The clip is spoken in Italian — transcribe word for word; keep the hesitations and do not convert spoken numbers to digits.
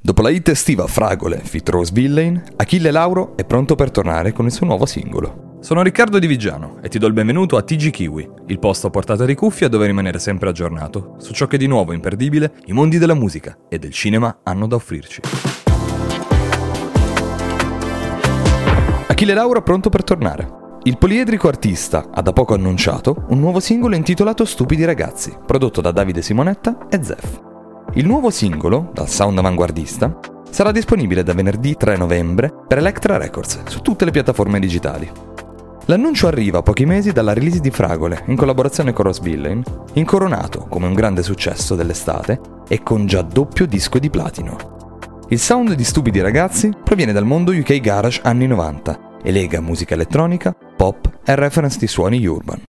Dopo la hit estiva Fragole feat. Rose Villain, Achille Lauro è pronto per tornare con il suo nuovo singolo. Sono Riccardo Di Vigiano e ti do il benvenuto a T G Kiwi, il posto a portata di cuffia dove rimanere sempre aggiornato su ciò che di nuovo e imperdibile i mondi della musica e del cinema hanno da offrirci. Achille Lauro è pronto per tornare. Il poliedrico artista ha da poco annunciato un nuovo singolo intitolato Stupidi Ragazzi, prodotto da Davide Simonetta e Zef. Il nuovo singolo, dal sound avanguardista, sarà disponibile da venerdì tre novembre per Elektra Records su tutte le piattaforme digitali. L'annuncio arriva pochi mesi dalla release di Fragole, in collaborazione con Rose Villain, incoronato come un grande successo dell'estate e con già doppio disco di platino. Il sound di Stupidi Ragazzi proviene dal mondo U K Garage anni novanta e lega musica elettronica, pop e reference di suoni urban.